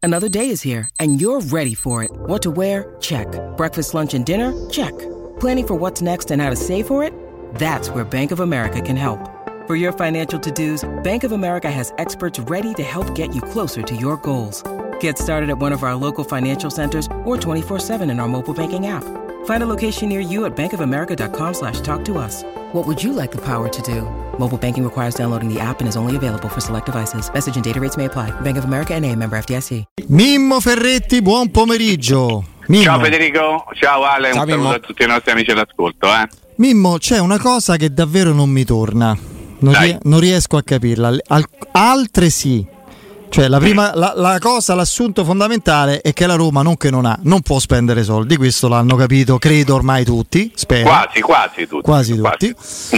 Another day is here, and you're ready for it. What to wear? Check. Breakfast, lunch, and dinner? Check. Planning for what's next and how to save for it? That's where Bank of America can help. For your financial to-dos, Bank of America has experts ready to help get you closer to your goals. Get started at one of our local financial centers or 24/7 in our mobile banking app. Find a location near you at bankofamerica.com/talktous. What would you like the power to do? Mobile banking requires downloading the app and is only available for select devices. Message and data rates may apply. Bank of America N.A., member FDIC. Mimmo Ferretti, buon pomeriggio. Mimmo. Ciao Federico, ciao Ale, un saluto a tutti i nostri amici all'ascolto. Mimmo, c'è una cosa che davvero non mi torna. Non riesco a capirla. Altre sì. Cioè la cosa, l'assunto fondamentale è che la Roma non può spendere soldi, questo l'hanno capito, credo ormai tutti, spero. Quasi tutti.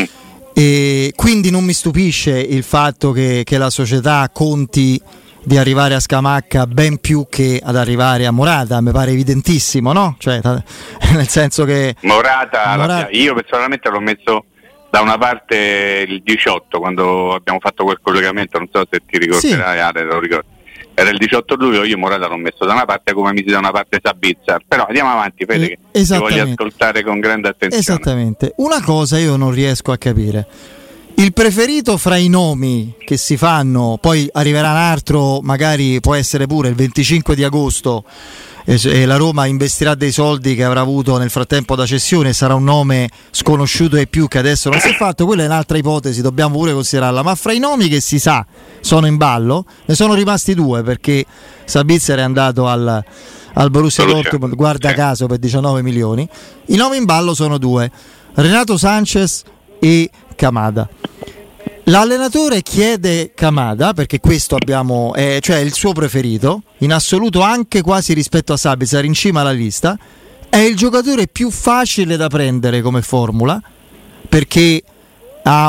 E quindi non mi stupisce il fatto che la società conti di arrivare a Scamacca ben più che ad arrivare a Morata, mi pare evidentissimo, no? Cioè, nel senso che Morata io personalmente l'ho messo da una parte il 18 quando abbiamo fatto quel collegamento, non so se ti ricorderai, Ale, lo ricordo. Era il 18 luglio, io Morata l'ho messo da una parte come misi da una parte Sabitzer. Però andiamo avanti, Fede, che ti voglio ascoltare con grande attenzione. Esattamente. Una cosa io non riesco a capire. Il preferito fra i nomi che si fanno, poi arriverà un altro, magari può essere pure il 25 di agosto, e la Roma investirà dei soldi che avrà avuto nel frattempo da cessione, sarà un nome sconosciuto e più che adesso non si è fatto, quella è un'altra ipotesi, dobbiamo pure considerarla, ma fra i nomi che si sa sono in ballo ne sono rimasti due, perché Sabitzer è andato al Borussia Dortmund, guarda caso, per 19 milioni. I nomi in ballo sono due: Renato Sanchez e Kamada. L'allenatore chiede Kamada perché questo cioè il suo preferito in assoluto, anche quasi rispetto a Sabitzer, in cima alla lista. È il giocatore più facile da prendere come formula perché ha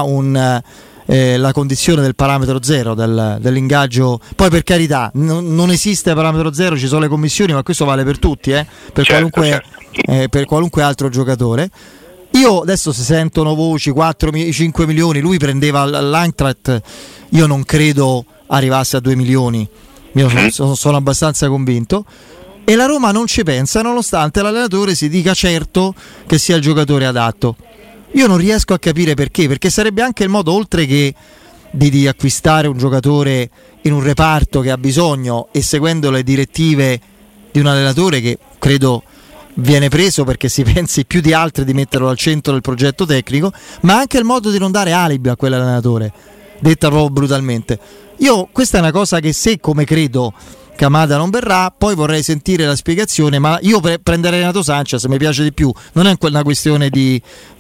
la condizione del parametro zero dell'ingaggio. Poi, per carità, non esiste parametro zero, ci sono le commissioni, ma questo vale per tutti, per qualunque altro giocatore. Io adesso, se sentono voci 4-5 milioni, lui prendeva l'Eintracht, io non credo arrivasse a 2 milioni, io sono abbastanza convinto, e la Roma non ci pensa nonostante l'allenatore si dica certo che sia il giocatore adatto. Io non riesco a capire perché sarebbe anche il modo, oltre che di acquistare un giocatore in un reparto che ha bisogno e seguendo le direttive di un allenatore che credo viene preso perché si pensi più di altri di metterlo al centro del progetto tecnico, ma anche il modo di non dare alibi a quell'allenatore, detta proprio brutalmente. Questa è una cosa che, se come credo Kamada non verrà, poi vorrei sentire la spiegazione, ma io prenderei Renato Sanchez, mi piace di più, non è una questione di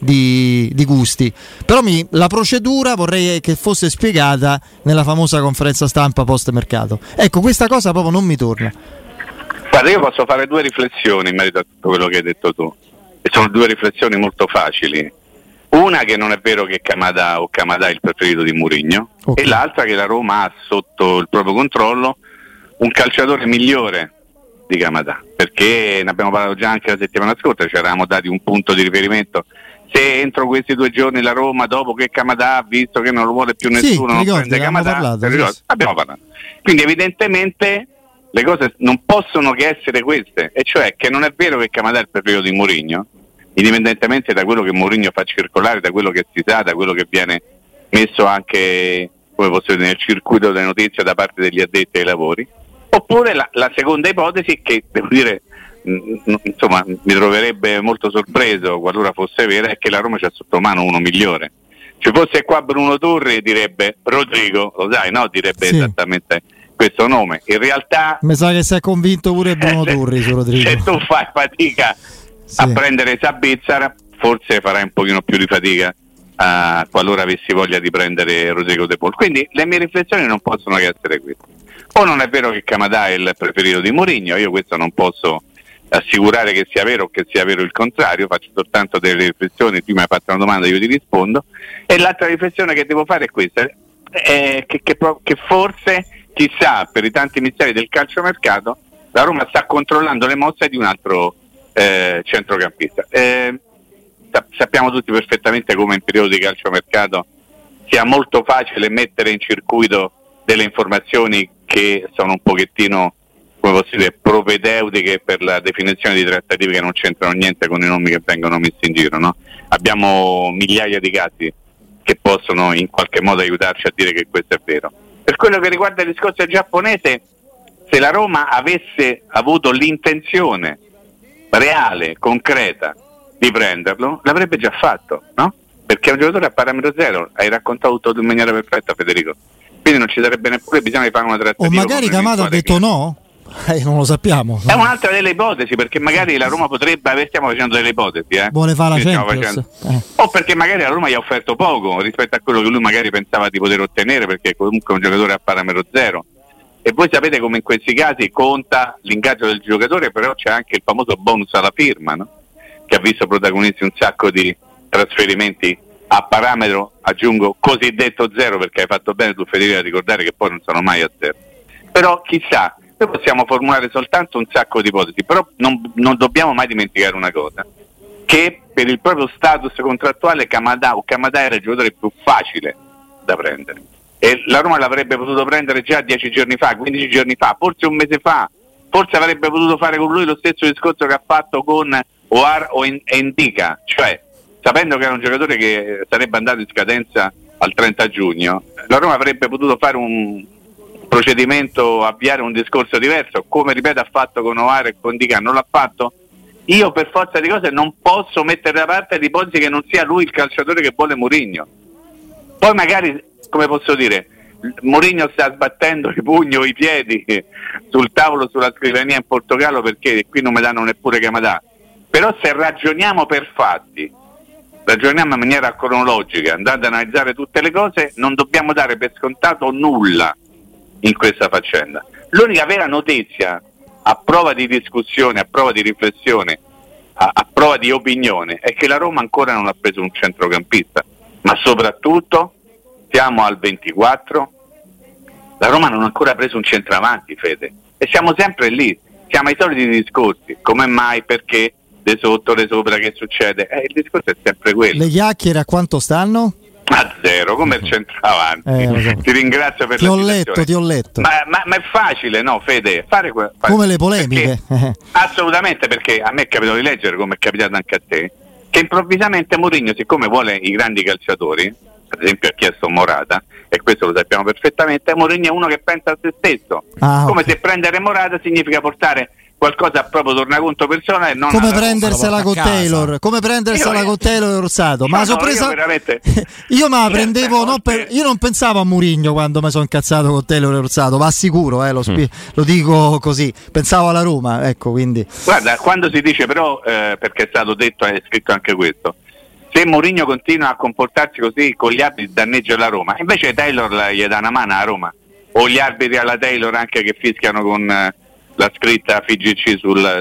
gusti, però la procedura vorrei che fosse spiegata nella famosa conferenza stampa post mercato. Ecco, questa cosa proprio non mi torna. Guarda, io posso fare due riflessioni in merito a tutto quello che hai detto tu, e sono due riflessioni molto facili. Una, che non è vero che Kamada è il preferito di Mourinho, okay. E l'altra, che la Roma ha sotto il proprio controllo un calciatore migliore di Kamada, perché ne abbiamo parlato già anche la settimana scorsa, ci eravamo dati un punto di riferimento. Se entro questi 2 giorni la Roma, dopo che Kamada ha visto che non lo vuole più nessuno, non prende Kamada, abbiamo parlato. Quindi evidentemente le cose non possono che essere queste, e cioè che non è vero che Kamada è il preferito di Mourinho, indipendentemente da quello che Mourinho fa circolare, da quello che si sa, da quello che viene messo anche, come posso dire, nel circuito delle notizie da parte degli addetti ai lavori. Oppure la seconda ipotesi, che devo dire, insomma, mi troverebbe molto sorpreso qualora fosse vera, è che la Roma c'ha sotto mano uno migliore. Ci fosse qua Bruno Turri, direbbe Rodrigo, lo sai, no? Direbbe sì, esattamente questo nome. In realtà mi sa che si è convinto pure Bruno Turri su Rodrigo. Se tu fai fatica a prendere Sabitzer, forse farai un pochino più di fatica qualora avessi voglia di prendere Rodrigo De Paul. Quindi le mie riflessioni non possono che essere queste. O non è vero che Kamada è il preferito di Mourinho, io questo non posso assicurare che sia vero o che sia vero il contrario, faccio soltanto delle riflessioni, tu mi hai fatto una domanda, io ti rispondo. E l'altra riflessione che devo fare è questa, che forse, chissà, per i tanti misteri del calciomercato, la Roma sta controllando le mosse di un altro centrocampista. Sappiamo tutti perfettamente come in periodo di calciomercato sia molto facile mettere in circuito delle informazioni che sono un pochettino, come posso dire, propedeutiche per la definizione di trattative che non c'entrano niente con i nomi che vengono messi in giro, no? Abbiamo migliaia di casi che possono in qualche modo aiutarci a dire che questo è vero. Per quello che riguarda il discorso giapponese, se la Roma avesse avuto l'intenzione reale, concreta di prenderlo, l'avrebbe già fatto, no? Perché è un giocatore a parametro zero, hai raccontato tutto in maniera perfetta, Federico. Quindi non ci sarebbe neppure bisogno di fare una trattativa. O magari Kamada ha detto no? Non lo sappiamo. È un'altra delle ipotesi, perché magari la Roma potrebbe, stiamo facendo delle ipotesi, vuole fare la Champions. O perché magari la Roma gli ha offerto poco rispetto a quello che lui magari pensava di poter ottenere, perché comunque è un giocatore a parametro zero. E voi sapete come in questi casi conta l'ingaggio del giocatore, però c'è anche il famoso bonus alla firma, no? Che ha visto protagonisti un sacco di trasferimenti a parametro, aggiungo, cosiddetto zero, perché hai fatto bene tu, Federico, a ricordare che poi non sono mai a zero. Però chissà, noi possiamo formulare soltanto un sacco di ipotesi, però non dobbiamo mai dimenticare una cosa, che per il proprio status contrattuale Kamada era il giocatore più facile da prendere, e la Roma l'avrebbe potuto prendere già 10 giorni fa, 15 giorni fa, forse un mese fa, forse avrebbe potuto fare con lui lo stesso discorso che ha fatto con Oar o Indica, cioè sapendo che era un giocatore che sarebbe andato in scadenza al 30 giugno, la Roma avrebbe potuto fare un procedimento, avviare un discorso diverso, come ripeto ha fatto con Oar e con Indica. Non l'ha fatto? Io per forza di cose non posso mettere da parte l'ipotesi che non sia lui il calciatore che vuole Mourinho. Poi magari, come posso dire, Mourinho sta sbattendo i pugni o i piedi sul tavolo, sulla scrivania in Portogallo, perché qui non mi danno neppure Kamada. Però se ragioniamo per fatti, ragioniamo in maniera cronologica, andando ad analizzare tutte le cose, non dobbiamo dare per scontato nulla in questa faccenda. L'unica vera notizia, a prova di discussione, a prova di riflessione, a prova di opinione, è che la Roma ancora non ha preso un centrocampista, ma soprattutto siamo al 24, la Roma non ha ancora preso un centravanti, Fede, e siamo sempre lì, siamo ai soliti discorsi, come mai, perché, de sotto, de sopra, che succede? Il discorso è sempre quello. Le chiacchiere a quanto stanno? A zero, come il centravanti. So. Ti ringrazio per ti ho letto. Ma è facile, no, Fede? Fare come le polemiche. Perché, assolutamente, perché a me è capitato di leggere, come è capitato anche a te, che improvvisamente Mourinho, siccome vuole i grandi calciatori, ad esempio ha chiesto Morata, e questo lo sappiamo perfettamente, Mourinho è uno che pensa a se stesso, come se prendere Morata significa portare qualcosa a proprio tornaconto personale, non come prendersela con Taylor, come prendersela con Taylor e Orsato. Ma sorpresa, io me la prendevo, io non pensavo a Mourinho quando mi sono incazzato con Taylor e Orsato, ma sicuro, lo dico così, pensavo alla Roma, ecco. Quindi guarda, quando si dice però, perché è stato detto e scritto anche questo, se Mourinho continua a comportarsi così con gli arbitri danneggia la Roma, invece Taylor gli dà una mano a Roma, o gli arbitri alla Taylor anche che fischiano con la scritta FIGC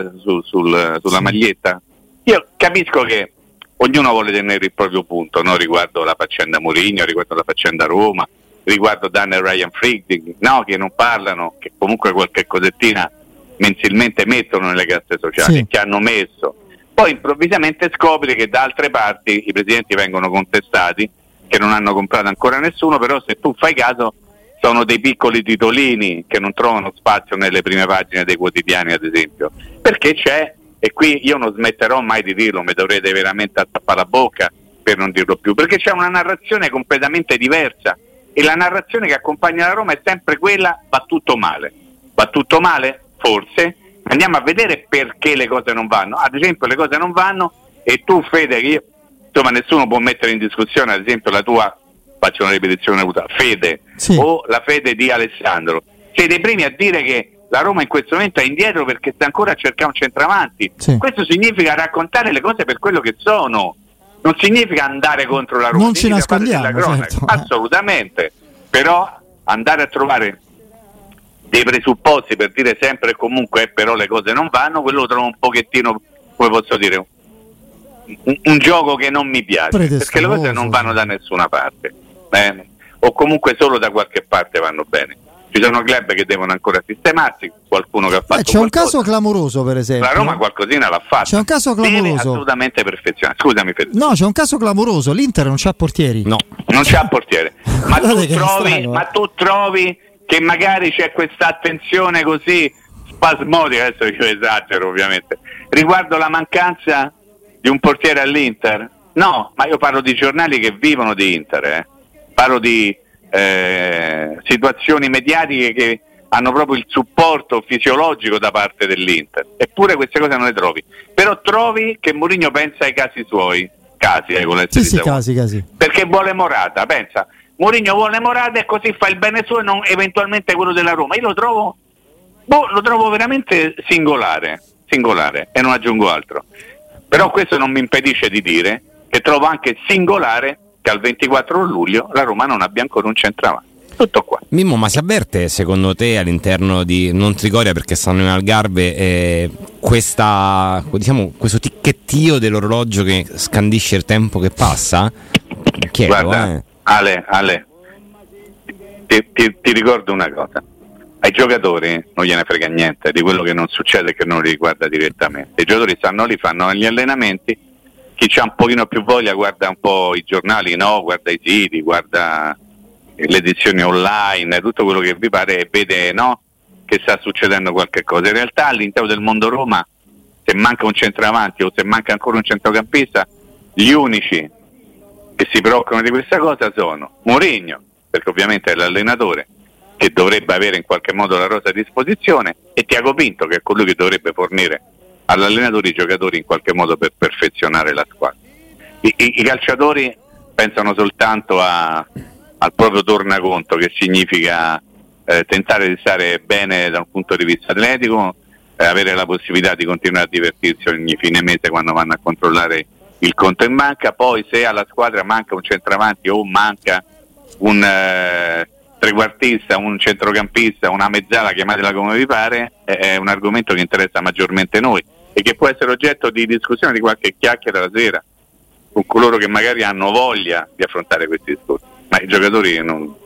sulla maglietta. Io capisco che ognuno vuole tenere il proprio punto, no? Riguardo la faccenda Mourinho, riguardo la faccenda Roma, riguardo Dan e Ryan Friedrich, no? Che non parlano, che comunque qualche cosettina mensilmente mettono nelle casse sociali, sì, che hanno messo. Poi improvvisamente scopri che da altre parti i presidenti vengono contestati, che non hanno comprato ancora nessuno, però se tu fai caso sono dei piccoli titolini che non trovano spazio nelle prime pagine dei quotidiani, ad esempio, perché c'è, e qui io non smetterò mai di dirlo, mi dovrete veramente attappare la bocca per non dirlo più, perché c'è una narrazione completamente diversa, e la narrazione che accompagna la Roma è sempre quella: va tutto male, forse, andiamo a vedere perché le cose non vanno. Ad esempio le cose non vanno, e tu, Fede, che insomma nessuno può mettere in discussione, ad esempio la tua, faccio una ripetizione avuta, fede, sì, o la fede di Alessandro, siete i primi a dire che la Roma in questo momento è indietro perché sta ancora a cercare un centravanti. Sì. Questo significa raccontare le cose per quello che sono, non significa andare contro la Roma, non ci nascondiamo, certo. Assolutamente, però andare a trovare dei presupposti per dire sempre e comunque però le cose non vanno, quello lo trovo un pochettino, come posso dire, un gioco che non mi piace, perché le cose non vanno da nessuna parte, o comunque solo da qualche parte vanno bene. Ci sono club che devono ancora sistemarsi, qualcuno che ha fatto c'è un caso clamoroso, per esempio. La Roma qualcosina l'ha fatto. C'è un caso clamoroso. Deve assolutamente perfezionare. Scusami, Fede. No, c'è un caso clamoroso. L'Inter non c'ha portieri. No, non c'ha portiere. Ma tu trovi che magari c'è questa attenzione così spasmodica, adesso io esagero ovviamente, riguardo la mancanza di un portiere all'Inter. No, ma io parlo di giornali che vivono di Inter, parlo di situazioni mediatiche che hanno proprio il supporto fisiologico da parte dell'Inter, eppure queste cose non le trovi. Però trovi che Mourinho pensa ai casi suoi, con casi. Perché vuole Morata, pensa, Mourinho vuole Morata e così fa il bene suo e non eventualmente quello della Roma. Io lo trovo veramente singolare e non aggiungo altro. Però questo non mi impedisce di dire che trovo anche singolare che al 24 luglio la Roma non abbia ancora un centravanti. Tutto qua. Mimmo, ma si avverte secondo te all'interno di non Trigoria, perché stanno in Algarve, questo ticchettio dell'orologio che scandisce il tempo che passa? Chiedo, guarda, Ale, ti ricordo una cosa: ai giocatori non gliene frega niente di quello che non succede e che non li riguarda direttamente. I giocatori stanno lì, fanno gli allenamenti, chi c'ha un pochino più voglia guarda un po' i giornali, guarda i siti, guarda le edizioni online, tutto quello che vi pare, e vede che sta succedendo qualche cosa. In realtà all'interno del mondo Roma, se manca un centravanti o se manca ancora un centrocampista, gli unici che si preoccupano di questa cosa sono Mourinho, perché ovviamente è l'allenatore che dovrebbe avere in qualche modo la rosa a disposizione, e Tiago Pinto, che è colui che dovrebbe fornire all'allenatore i giocatori in qualche modo per perfezionare la squadra. I calciatori pensano soltanto al proprio tornaconto, che significa tentare di stare bene da un punto di vista atletico, avere la possibilità di continuare a divertirsi ogni fine mese quando vanno a controllare il conto in banca. Poi se alla squadra manca un centravanti o manca un trequartista, un centrocampista, una mezzala, chiamatela come vi pare, è un argomento che interessa maggiormente noi e che può essere oggetto di discussione, di qualche chiacchiera la sera con coloro che magari hanno voglia di affrontare questi discorsi, ma i giocatori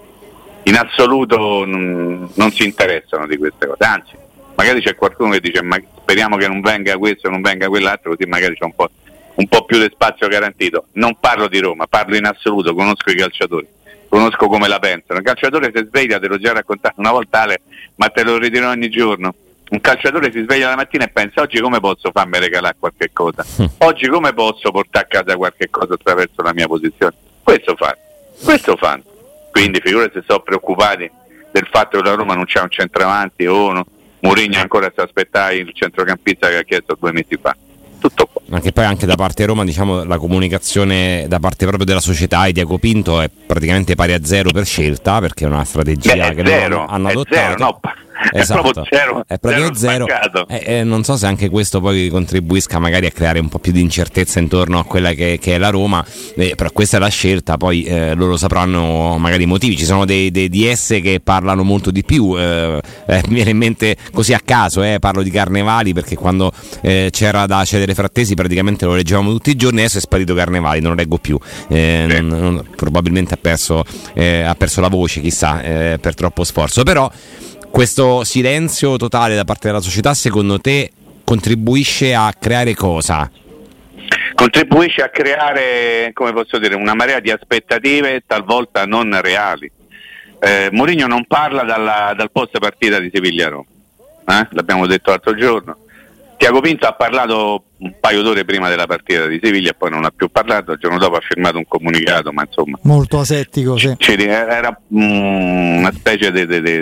in assoluto non si interessano di queste cose, anzi magari c'è qualcuno che dice ma speriamo che non venga questo, non venga quell'altro, così magari c'è un po' più di spazio garantito. Non parlo di Roma, parlo in assoluto, conosco i calciatori, conosco come la pensano. Il calciatore si sveglia, te l'ho già raccontato una volta, ma te lo ridirò ogni giorno. Un calciatore si sveglia la mattina e pensa: oggi come posso farmi regalare qualche cosa? Oggi come posso portare a casa qualche cosa attraverso la mia posizione? Questo fanno. Quindi figurati se sono preoccupati del fatto che la Roma non c'è un centravanti o Mourinho ancora sta aspettando il centrocampista che ha chiesto 2 mesi fa. Tutto qua. Anche poi anche da parte Roma, diciamo, la comunicazione da parte proprio della società e Tiago Pinto è praticamente pari a zero per scelta, perché è una strategia che loro hanno adottato. Esatto. È praticamente zero. Non so se anche questo poi contribuisca magari a creare un po' più di incertezza intorno a quella che è la Roma, però questa è la scelta, poi loro sapranno magari i motivi. Ci sono dei DS che parlano molto di più, mi viene in mente così a caso, parlo di Carnevali, perché quando c'era da cedere Frattesi praticamente lo leggevamo tutti i giorni, adesso è sparito Carnevali, non lo leggo più, probabilmente ha perso la voce, chissà, per troppo sforzo. Però questo silenzio totale da parte della società, secondo te, contribuisce a creare cosa? Contribuisce a creare, come posso dire, una marea di aspettative talvolta non reali. Mourinho non parla dal post partita di Siviglia-Roma, l'abbiamo detto l'altro giorno. Tiago Pinto ha parlato un paio d'ore prima della partita di Siviglia e poi non ha più parlato. Il giorno dopo ha firmato un comunicato, ma insomma molto asettico, sì. Era una specie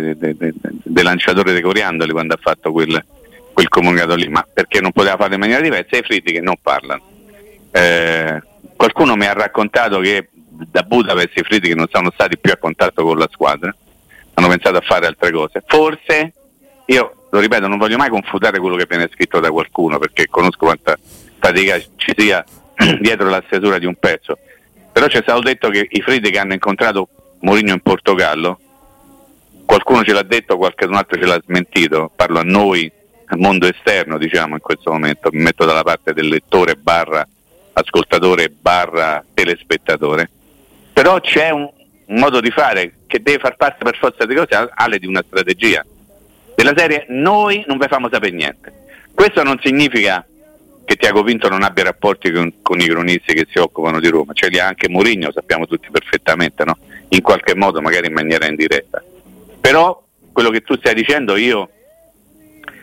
di lanciatore dei coriandoli quando ha fatto quel comunicato lì, ma perché non poteva farlo in maniera diversa. E i fritti che non parlano, qualcuno mi ha raccontato che da Budapest i fritti che non sono stati più a contatto con la squadra, hanno pensato a fare altre cose. Forse, io lo ripeto, non voglio mai confutare quello che viene scritto da qualcuno, perché conosco quanta fatica ci sia dietro la stesura di un pezzo, però c'è stato detto che i fritti che hanno incontrato Mourinho in Portogallo, qualcuno ce l'ha detto, qualcun altro ce l'ha smentito, parlo a noi, al mondo esterno, diciamo, in questo momento mi metto dalla parte del lettore / ascoltatore / telespettatore, però c'è un modo di fare che deve far parte per forza di cose di una strategia della serie: noi non vi famo sapere niente. Questo non significa che Tiago Pinto non abbia rapporti con i cronisti che si occupano di Roma, ce li ha anche Mourinho, sappiamo tutti perfettamente, no? In qualche modo, magari in maniera indiretta. Però quello che tu stai dicendo io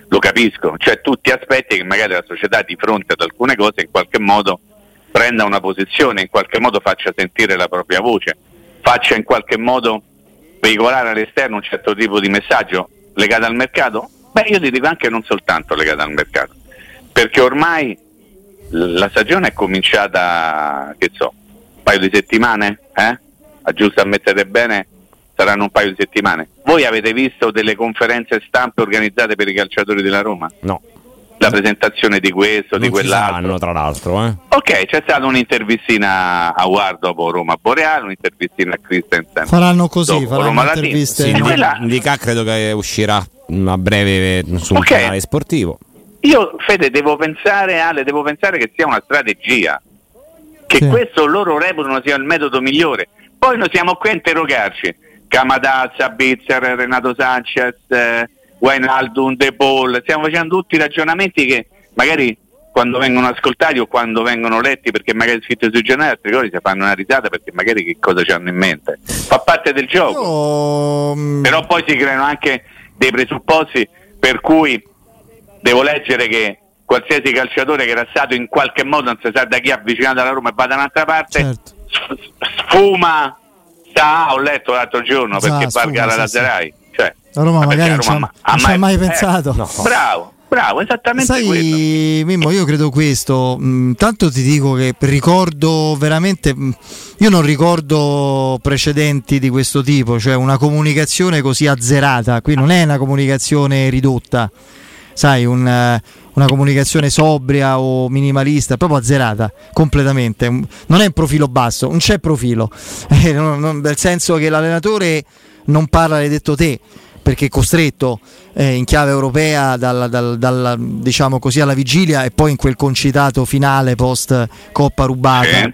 lo capisco, cioè tu ti aspetti che magari la società di fronte ad alcune cose in qualche modo prenda una posizione, in qualche modo faccia sentire la propria voce, faccia in qualche modo veicolare all'esterno un certo tipo di messaggio legato al mercato. Beh, io ti dico anche non soltanto legato al mercato, perché ormai la stagione è cominciata, che so, un paio di settimane, a giusto ammettere bene, saranno un paio di settimane. Voi avete visto delle conferenze stampe organizzate per i calciatori della Roma? No. La presentazione di questo, non di quell'altro. Saranno, tra l'altro. Ok, c'è stata un'intervistina a Ward dopo Roma Boreale, un'intervistina a Christensen. Faranno così, dopo faranno Roma interviste. Sì, Indica credo che uscirà a breve su un canale sportivo. Io, Fede, devo pensare che sia una strategia, che sì, questo loro reputano sia il metodo migliore. Poi noi siamo qui a interrogarci. Camadà, Sabitzer, Renato Sanchez, Wijnaldum, De Paul, stiamo facendo tutti i ragionamenti che magari quando vengono ascoltati o quando vengono letti, perché magari scritti sui giornali, altri cose si fanno una risata perché magari che cosa ci hanno in mente. Fa parte del gioco. Però poi si creano anche dei presupposti per cui devo leggere che qualsiasi calciatore che era stato in qualche modo, non si sa da chi, avvicinato alla Roma e va da un'altra parte, certo, sfuma. Ho letto l'altro giorno perché Varga la Lazerai, cioè la Roma magari non ci ha mai pensato. No. Bravo, esattamente. Sai, quello. Mimmo, io credo questo. Tanto ti dico che ricordo veramente, io non ricordo precedenti di questo tipo, cioè una comunicazione così azzerata. Qui non è una comunicazione ridotta, sai, una comunicazione sobria o minimalista, proprio azzerata completamente. Non è un profilo basso, non c'è profilo, nel senso che l'allenatore non parla, l'hai detto te, perché è costretto in chiave europea dalla diciamo così, alla vigilia e poi in quel concitato finale post Coppa rubata,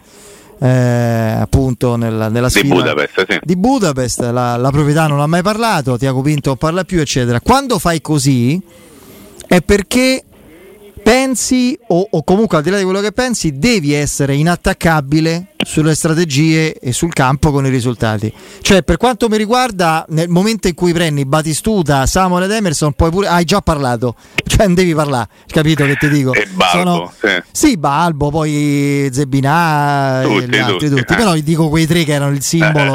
appunto nella sfida di Budapest, la proprietà non ha mai parlato, Tiago Pinto non parla più, eccetera. Quando fai così è perché pensi, o comunque al di là di quello che pensi, devi essere inattaccabile sulle strategie e sul campo con i risultati. Cioè, per quanto mi riguarda, nel momento in cui prendi Batistuta, Samuel ed Emerson, poi pure hai già parlato, cioè non devi parlare, capito che ti dico? E Balbo, sì, Balbo, poi Zebinà e gli altri tutti. Però dico quei tre che erano il simbolo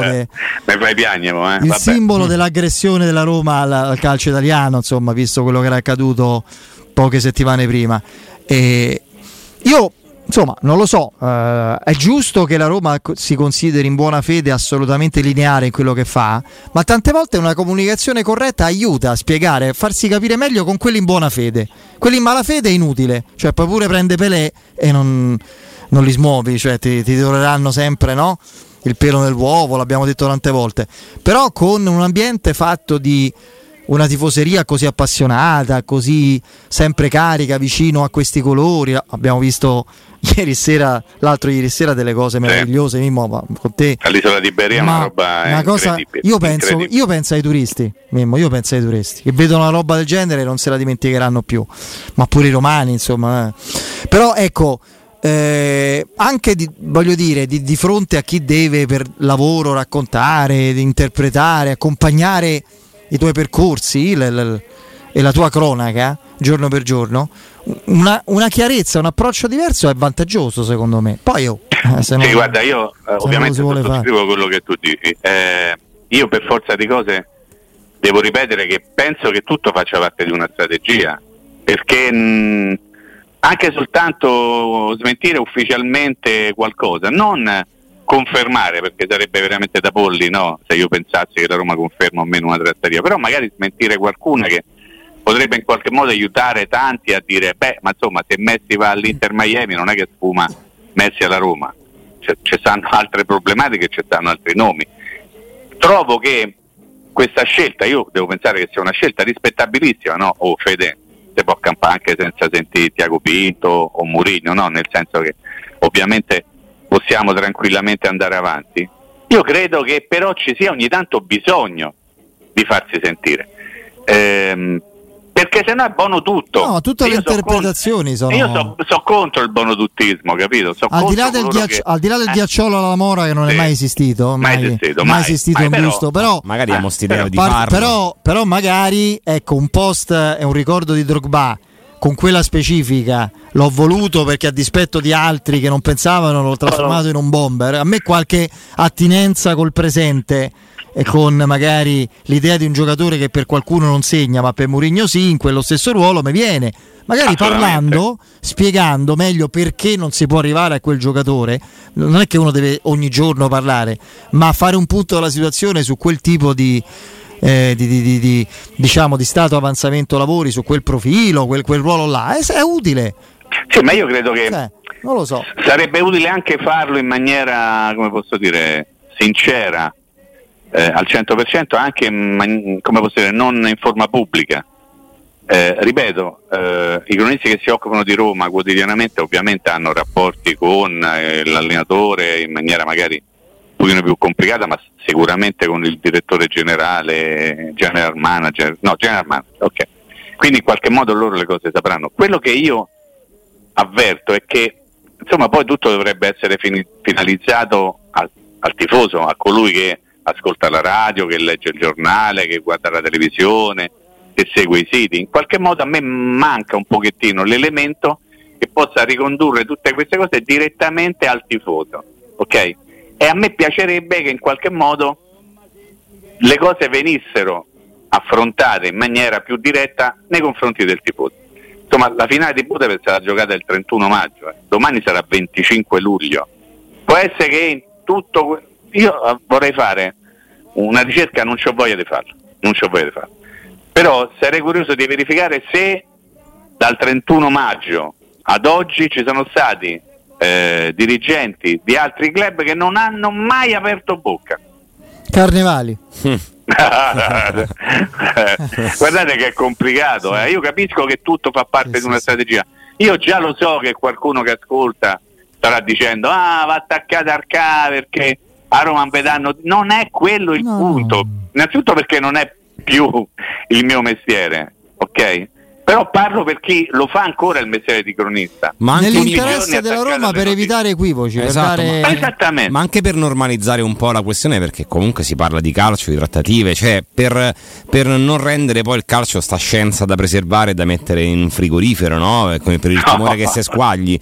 simbolo dell'aggressione della Roma al calcio italiano, insomma, visto quello che era accaduto poche settimane prima. E io, insomma, non lo so, è giusto che la Roma si consideri in buona fede, assolutamente lineare in quello che fa, ma tante volte una comunicazione corretta aiuta a spiegare, a farsi capire meglio con quelli in buona fede. Quelli in malafede è inutile, cioè poi pure prende Pelé e non li smuovi, cioè ti doreranno sempre, no? Il pelo nell'uovo, l'abbiamo detto tante volte, però con un ambiente fatto di una tifoseria così appassionata, così sempre carica, vicino a questi colori. Abbiamo visto ieri sera delle cose meravigliose, Mimmo, con te all'isola di Beria, una roba cosa, io penso ai turisti, Mimmo, che vedono una roba del genere e non se la dimenticheranno più, ma pure i romani, insomma. Però ecco, anche di fronte a chi deve per lavoro raccontare, interpretare, accompagnare i tuoi percorsi e la tua cronaca giorno per giorno, una chiarezza, un approccio diverso è vantaggioso, secondo me. Poi guarda, io ovviamente sottoscrivo quello che tu dici. Io per forza di cose devo ripetere che penso che tutto faccia parte di una strategia, perché anche soltanto smentire ufficialmente qualcosa, non confermare, perché sarebbe veramente da polli, no? Se io pensassi che la Roma conferma o meno una trattativa, però magari smentire qualcuna che potrebbe in qualche modo aiutare tanti a dire ma insomma, se Messi va all'Inter Miami non è che sfuma Messi alla Roma, ci stanno altre problematiche, ci stanno altri nomi. Trovo che questa scelta, io devo pensare che sia una scelta rispettabilissima, no? Fede, si può campare anche senza sentire Tiago Pinto o Mourinho, no? Nel senso che ovviamente possiamo tranquillamente andare avanti. Io credo che però ci sia ogni tanto bisogno di farsi sentire, per perché se no è buono tutto. No, tutte le interpretazioni sono. Io so contro il bonotuttismo, capito? Al di là del ghiacciolo alla Mora, che non è mai esistito, mai esistito un gusto, però magari abbiamo st'idea di farlo. Però magari, ecco, un post è un ricordo di Drogba con quella specifica, l'ho voluto perché a dispetto di altri che non pensavano l'ho trasformato in un bomber. A me qualche attinenza col presente e con magari l'idea di un giocatore che per qualcuno non segna ma per Mourinho sì, in quello stesso ruolo mi viene, magari parlando, spiegando meglio perché non si può arrivare a quel giocatore. Non è che uno deve ogni giorno parlare, ma fare un punto della situazione su quel tipo di diciamo di stato avanzamento lavori, su quel profilo, quel ruolo là è utile. Sì, ma io credo che non lo so, sarebbe utile anche farlo in maniera, come posso dire, sincera, al 100%, anche come posso dire, non in forma pubblica. Ripeto, i cronisti che si occupano di Roma quotidianamente ovviamente hanno rapporti con l'allenatore in maniera magari un pochino più complicata, ma sicuramente con il direttore generale, general manager, ok. Quindi in qualche modo loro le cose sapranno. Quello che io avverto è che insomma poi tutto dovrebbe essere finalizzato al tifoso, a colui che ascolta la radio, che legge il giornale, che guarda la televisione, che segue i siti. In qualche modo a me manca un pochettino l'elemento che possa ricondurre tutte queste cose direttamente al tifoso, ok? E a me piacerebbe che in qualche modo le cose venissero affrontate in maniera più diretta nei confronti del tifoso. Insomma, la finale di Budapest sarà giocata il 31 maggio, domani sarà 25 luglio. Può essere che in tutto io vorrei fare una ricerca, non c'ho voglia di farlo, però sarei curioso di verificare se dal 31 maggio ad oggi ci sono stati dirigenti di altri club che non hanno mai aperto bocca. Carnevali. Guardate che è complicato, io capisco che tutto fa parte di una strategia. Io già lo so che qualcuno che ascolta starà dicendo va attaccata Arca perché a Roma non è quello il punto. Innanzitutto perché non è più il mio mestiere, ok? Però parlo per chi lo fa ancora il mestiere di cronista. Ma anche nell'interesse della Roma per evitare equivoci. Esatto, esattamente. Ma anche per normalizzare un po' la questione, perché comunque si parla di calcio, di trattative, cioè per non rendere poi il calcio sta scienza da preservare e da mettere in un frigorifero, no? Come per il timore che si squagli.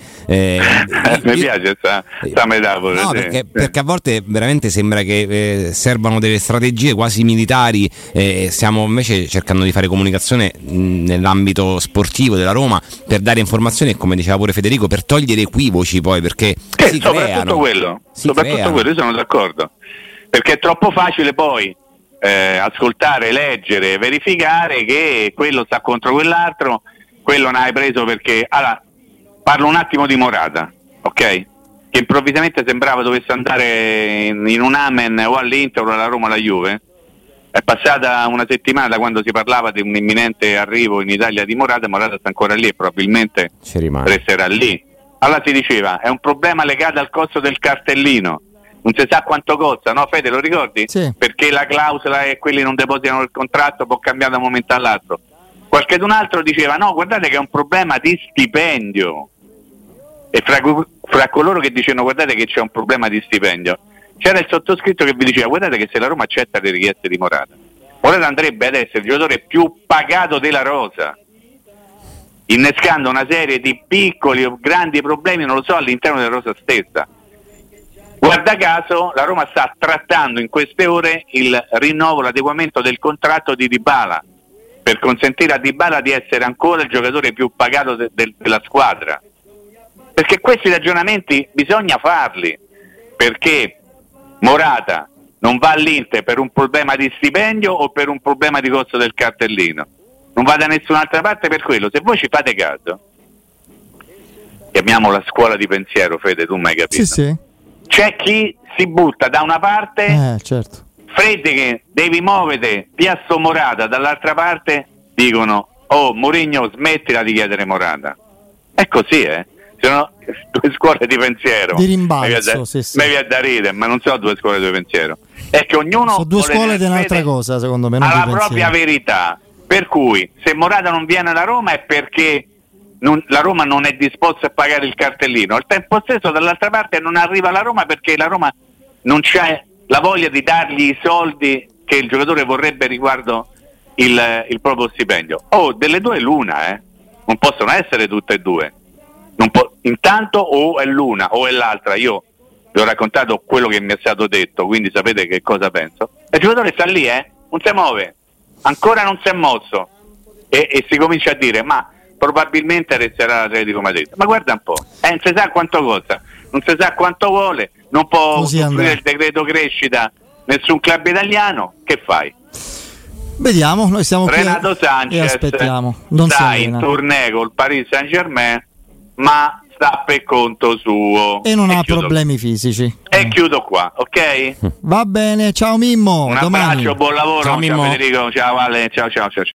Mi piace questa metafora. No, perché a volte veramente sembra che servano delle strategie quasi militari, stiamo invece cercando di fare comunicazione nell'ambito sportivo della Roma per dare informazioni e, come diceva pure Federico, per togliere equivoci poi, perché si creano. Soprattutto quello, io sono d'accordo, perché è troppo facile poi ascoltare, leggere, verificare che quello sta contro quell'altro, quello ne hai preso perché... Allora, parlo un attimo di Morata, ok? Che improvvisamente sembrava dovesse andare in un Amen o all'Inter o alla Roma o alla Juve. È passata una settimana da quando si parlava di un imminente arrivo in Italia di Morata sta ancora lì e probabilmente resterà lì. Allora si diceva, è un problema legato al costo del cartellino, non si sa quanto costa, no Fede, lo ricordi? Sì. Perché la clausola e quelli non depositano il contratto può cambiare da un momento all'altro. Qualcun altro diceva, no, guardate che è un problema di stipendio. E fra coloro che dicevano, guardate che c'è un problema di stipendio, c'era il sottoscritto che vi diceva, guardate che se la Roma accetta le richieste di Morata andrebbe ad essere il giocatore più pagato della rosa, innescando una serie di piccoli o grandi problemi, non lo so, all'interno della rosa stessa. Guarda caso la Roma sta trattando in queste ore il rinnovo, l'adeguamento del contratto di Dybala per consentire a Dybala di essere ancora il giocatore più pagato della squadra, perché questi ragionamenti bisogna farli, perché Morata non va all'Inter per un problema di stipendio o per un problema di costo del cartellino, non va da nessun'altra parte per quello. Se voi ci fate caso, chiamiamo la scuola di pensiero, Fede, tu mi hai capito? Sì. C'è chi si butta da una parte, certo. Freddi che devi muovere via sto Morata, dall'altra parte dicono Mourinho smettila di chiedere Morata. È così, sono due scuole di pensiero di rimbalzo, mi viene da ridere, ma non sono due scuole di pensiero, è che ognuno sono due scuole di un'altra cosa, secondo me, non alla propria verità, Per cui se Morata non viene alla Roma è perché la Roma non è disposta a pagare il cartellino. Al tempo stesso dall'altra parte non arriva alla Roma perché la Roma non c'è la voglia di dargli i soldi che il giocatore vorrebbe riguardo il proprio stipendio. Delle due è l'una, non possono essere tutte e due. Intanto o è l'una o è l'altra. Io vi ho raccontato quello che mi è stato detto, quindi sapete che cosa penso. Il giocatore sta lì, non si muove, ancora non si è mosso e si comincia a dire ma probabilmente resterà l'Atletico Madrid. Ma guarda un po', non si sa quanto costa, non si sa quanto vuole, non può usufruire il decreto crescita nessun club italiano, che fai? Vediamo, noi siamo Renato qui Sanchez e aspettiamo. Non sta in tournée col Paris Saint-Germain, ma sta per conto suo e non ha problemi fisici. E chiudo qua, ok? Va bene, ciao Mimmo. Un domani. abbraccio, buon lavoro, ciao Federico, ciao Ale, ciao.